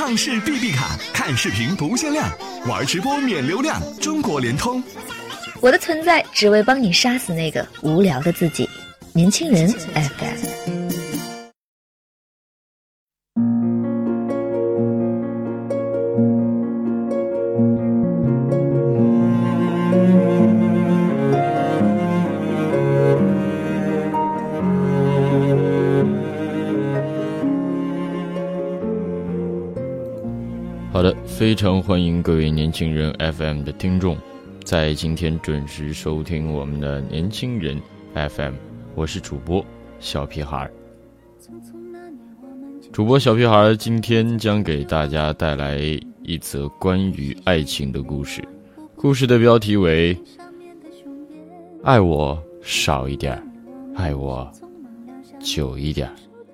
上市 BB 卡，看视频不限量，玩直播免流量，中国联通。 我的存在只为帮你杀死那个无聊的自己。年轻人 FM。 好的，非常欢迎各位年轻人 FM 的听众，在今天准时收听我们的年轻人 FM， 我是主播小屁孩。主播小屁孩今天将给大家带来一则关于爱情的故事，故事的标题为爱我少一点，爱我久一点。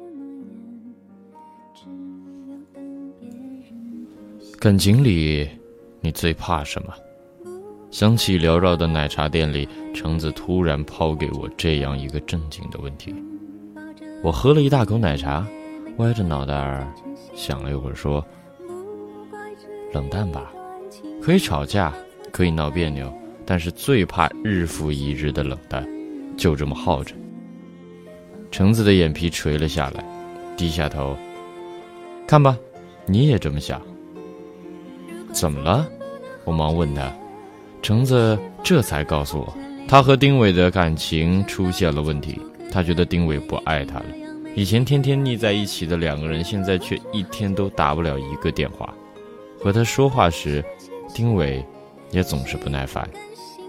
感情里你最怕什么？想起缭绕的奶茶店里，橙子突然抛给我这样一个正经的问题。我喝了一大口奶茶，歪着脑袋想了一会儿说，冷淡吧，可以吵架，可以闹别扭，但是最怕日复一日的冷淡，就这么耗着。橙子的眼皮垂了下来，低下头，看吧，你也这么想。怎么了？我忙问他。橙子这才告诉我，他和丁伟的感情出现了问题，他觉得丁伟不爱他了。以前天天腻在一起的两个人，现在却一天都打不了一个电话。和他说话时，丁伟也总是不耐烦。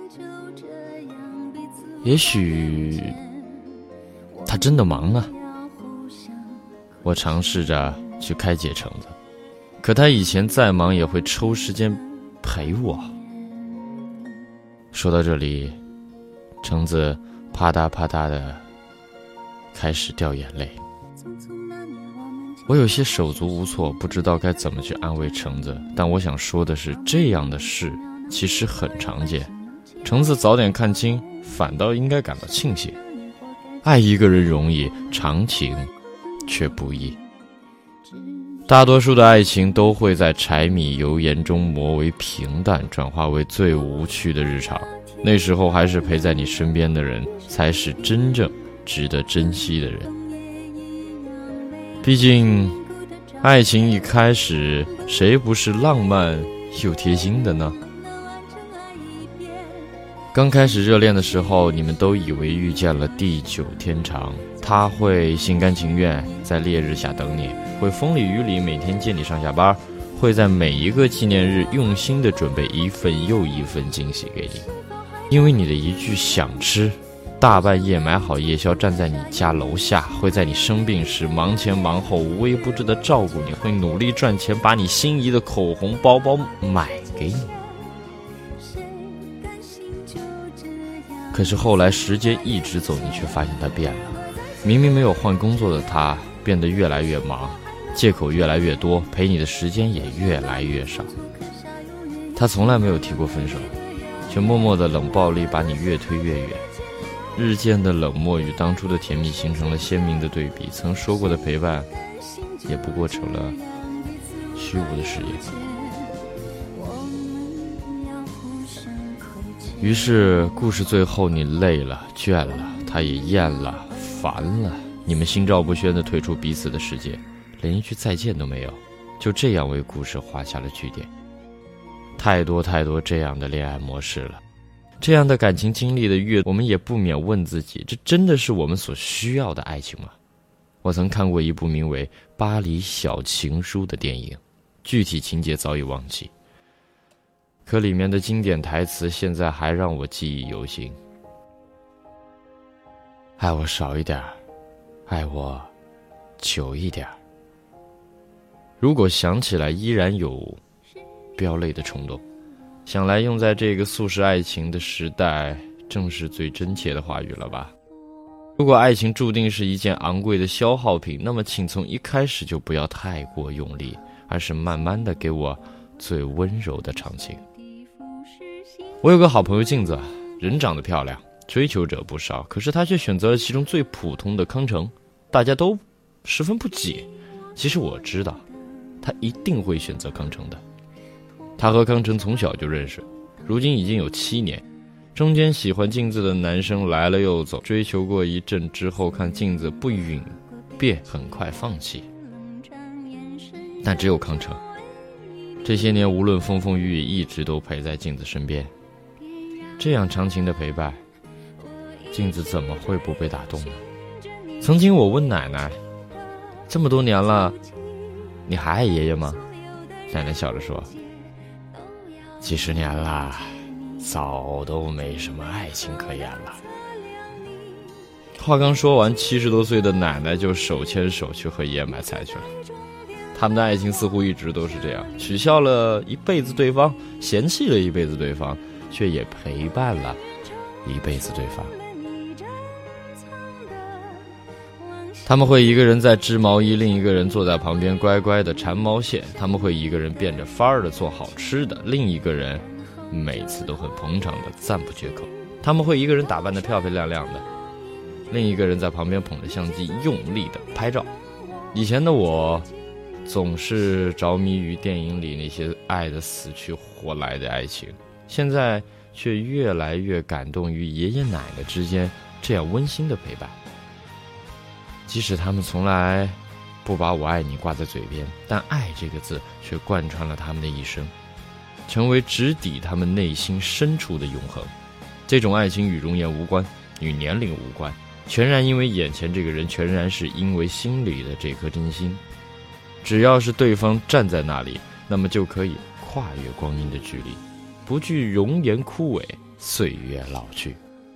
也许他真的忙啊。我尝试着去开解橙子，可他以前再忙也会抽时间陪我。说到这里，橙子啪嗒啪嗒的开始掉眼泪。我有些手足无措，不知道该怎么去安慰橙子，但我想说的是，这样的事其实很常见。橙子早点看清，反倒应该感到庆幸。爱一个人容易，长情却不易。大多数的爱情都会在柴米油盐中磨为平淡，转化为最无趣的日常。那时候还是陪在你身边的人，才是真正值得珍惜的人。毕竟爱情一开始，谁不是浪漫又贴心的呢？刚开始热恋的时候，你们都以为遇见了地久天长，他会心甘情愿在烈日下等你，会风里雨里每天接你上下班，会在每一个纪念日用心地准备一份又一份惊喜给你。因为你的一句想吃，大半夜买好夜宵站在你家楼下，会在你生病时忙前忙后无微不至地照顾你，会努力赚钱把你心仪的口红包包买给你。可是后来时间一直走，你却发现他变了。明明没有换工作的他变得越来越忙，借口越来越多，陪你的时间也越来越少。他从来没有提过分手，却默默的冷暴力把你越推越远。日渐的冷漠与当初的甜蜜形成了鲜明的对比，曾说过的陪伴也不过成了虚无的誓言。于是故事最后，你累了倦了，他也厌了烦了，你们心照不宣地退出彼此的世界，连一句再见都没有，就这样为故事画下了句点。太多太多这样的恋爱模式了，这样的感情经历的越，我们也不免问自己，这真的是我们所需要的爱情吗？我曾看过一部名为《巴黎小情书》的电影，具体情节早已忘记，可里面的经典台词现在还让我记忆犹新。爱我少一点，爱我久一点。如果想起来依然有飙泪的冲动，想来用在这个速食爱情的时代，正是最真切的话语了吧。如果爱情注定是一件昂贵的消耗品，那么请从一开始就不要太过用力，而是慢慢的给我最温柔的长情。我有个好朋友镜子，人长得漂亮，追求者不少，可是他却选择了其中最普通的康城，大家都十分不解。其实我知道他一定会选择康成的。他和康成从小就认识，如今已经有7年，中间喜欢镜子的男生来了又走，追求过一阵之后，看镜子不允便很快放弃。但只有康成，这些年无论风风雨雨，一直都陪在镜子身边。这样长情的陪伴，镜子怎么会不被打动呢？曾经我问奶奶，这么多年了，你还爱爷爷吗？奶奶笑着说，几十年了，早都没什么爱情可言了。话刚说完，70多岁的奶奶就手牵手去和爷爷买菜去了。他们的爱情似乎一直都是这样，取笑了一辈子对方，嫌弃了一辈子对方，却也陪伴了一辈子对方。他们会一个人在织毛衣，另一个人坐在旁边乖乖的缠毛线。他们会一个人变着法儿的做好吃的，另一个人每次都很捧场的赞不绝口。他们会一个人打扮得漂漂亮亮的，另一个人在旁边捧着相机用力的拍照。以前的我总是着迷于电影里那些爱得死去活来的爱情，现在却越来越感动于爷爷奶奶之间这样温馨的陪伴。即使他们从来不把我爱你挂在嘴边，但爱这个字却贯穿了他们的一生，成为直抵他们内心深处的永恒。这种爱情与容颜无关，与年龄无关，全然因为眼前这个人，全然是因为心里的这颗真心。只要是对方站在那里，那么就可以跨越光阴的距离，不惧容颜枯萎，岁月老去。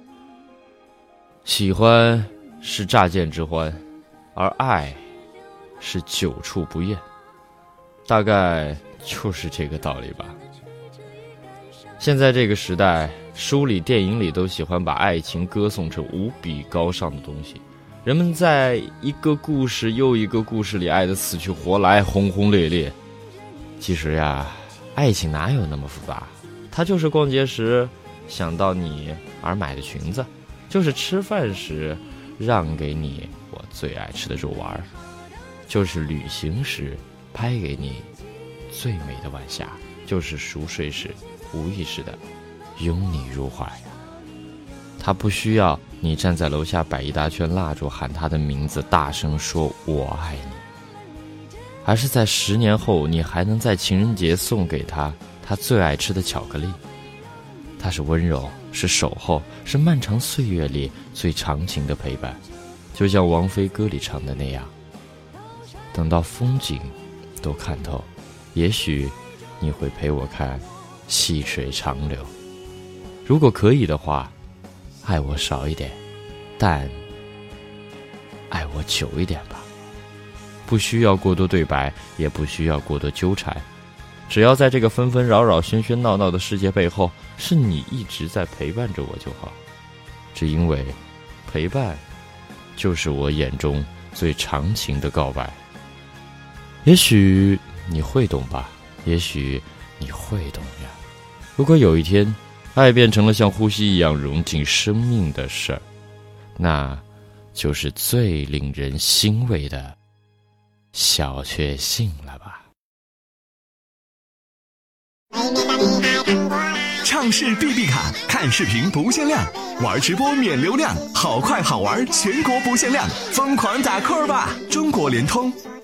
喜欢是乍见之欢，而爱是久处不厌，大概就是这个道理吧。现在这个时代，书里电影里都喜欢把爱情歌颂成无比高尚的东西，人们在一个故事又一个故事里爱得死去活来，轰轰烈烈。其实呀，爱情哪有那么复杂，它就是逛街时想到你而买的裙子，就是吃饭时让给你我最爱吃的肉丸，就是旅行时拍给你最美的晚霞，就是熟睡时无意识的拥你入怀。他不需要你站在楼下摆一大圈蜡烛，喊他的名字，大声说我爱你，而是在10年后，你还能在情人节送给他他最爱吃的巧克力。他是温柔，是守候，是漫长岁月里最长情的陪伴，就像王菲歌里唱的那样，等到风景都看透，也许你会陪我看细水长流。如果可以的话，爱我少一点，但爱我久一点吧。不需要过多对白，也不需要过多纠缠，只要在这个纷纷扰扰喧喧闹闹的世界背后，是你一直在陪伴着我就好。只因为陪伴就是我眼中最长情的告白。也许你会懂吧，也许你会懂呀。如果有一天爱变成了像呼吸一样融进生命的事儿，那就是最令人欣慰的小确幸了吧。 唱视必必卡，看视频不限量，玩直播免流量，好快好玩，全国不限量，疯狂打 call 吧！中国联通。